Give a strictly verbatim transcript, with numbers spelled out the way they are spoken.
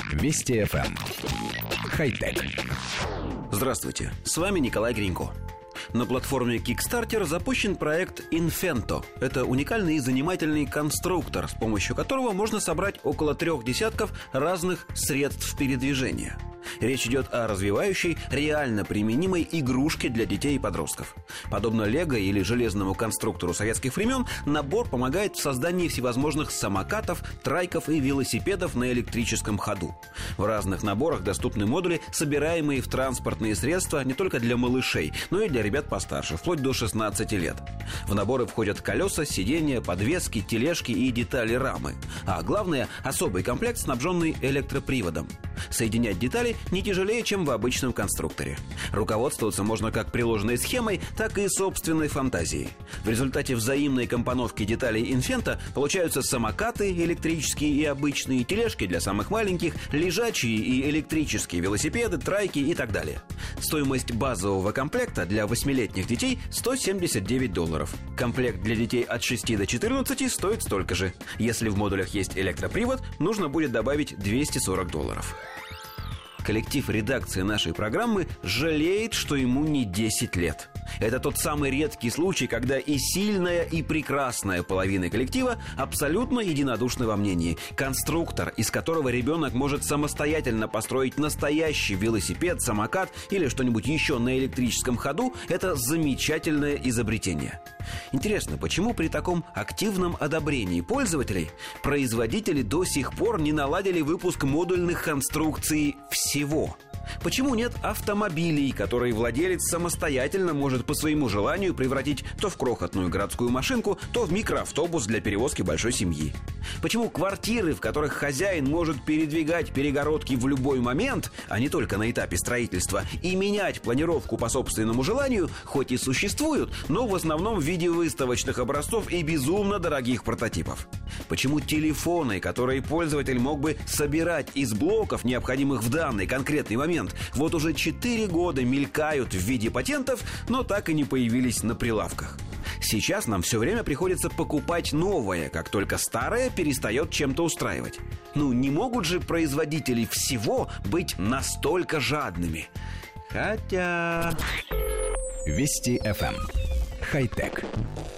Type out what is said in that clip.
Вести эф эм. Хай-тек. Здравствуйте, с вами Николай Гринько. На платформе Kickstarter запущен проект Infento. Это уникальный и занимательный конструктор, с помощью которого можно собрать около трех десятков разных средств передвижения. Речь идет о развивающей, реально применимой игрушке для детей и подростков. Подобно лего или железному конструктору советских времен, набор помогает в создании всевозможных самокатов, трайков и велосипедов на электрическом ходу. В разных наборах доступны модули, собираемые в транспортные средства не только для малышей, но и для ребят постарше, вплоть до шестнадцати лет. В наборы входят колеса, сиденья, подвески, тележки и детали рамы. А главное, особый комплект, снабженный электроприводом. Соединять детали не тяжелее, чем в обычном конструкторе. Руководствоваться можно как приложенной схемой, так и собственной фантазией. В результате взаимной компоновки деталей Infento получаются самокаты электрические и обычные, тележки для самых маленьких, лежачие и электрические велосипеды, трайки и так далее. Стоимость базового комплекта для восьмилетних детей сто семьдесят девять долларов. Комплект для детей от шести до четырнадцати стоит столько же. Если в модулях есть электропривод, нужно будет добавить двести сорок долларов. Коллектив редакции нашей программы жалеет, что ему не десять лет. Это тот самый редкий случай, когда и сильная, и прекрасная половина коллектива абсолютно единодушны во мнении. Конструктор, из которого ребенок может самостоятельно построить настоящий велосипед, самокат или что-нибудь еще на электрическом ходу, это замечательное изобретение. Интересно, почему при таком активном одобрении пользователей производители до сих пор не наладили выпуск модульных конструкций всего? Почему нет автомобилей, которые владелец самостоятельно может по своему желанию превратить то в крохотную городскую машинку, то в микроавтобус для перевозки большой семьи? Почему квартиры, в которых хозяин может передвигать перегородки в любой момент, а не только на этапе строительства, и менять планировку по собственному желанию, хоть и существуют, но в основном в виде выставочных образцов и безумно дорогих прототипов? Почему телефоны, которые пользователь мог бы собирать из блоков, необходимых в данный конкретный момент, вот уже четыре года мелькают в виде патентов, но так и не появились на прилавках? Сейчас нам все время приходится покупать новое, как только старое перестает чем-то устраивать. Ну, не могут же производители всего быть настолько жадными. Хотя... Вести эф эм. Хай-тек.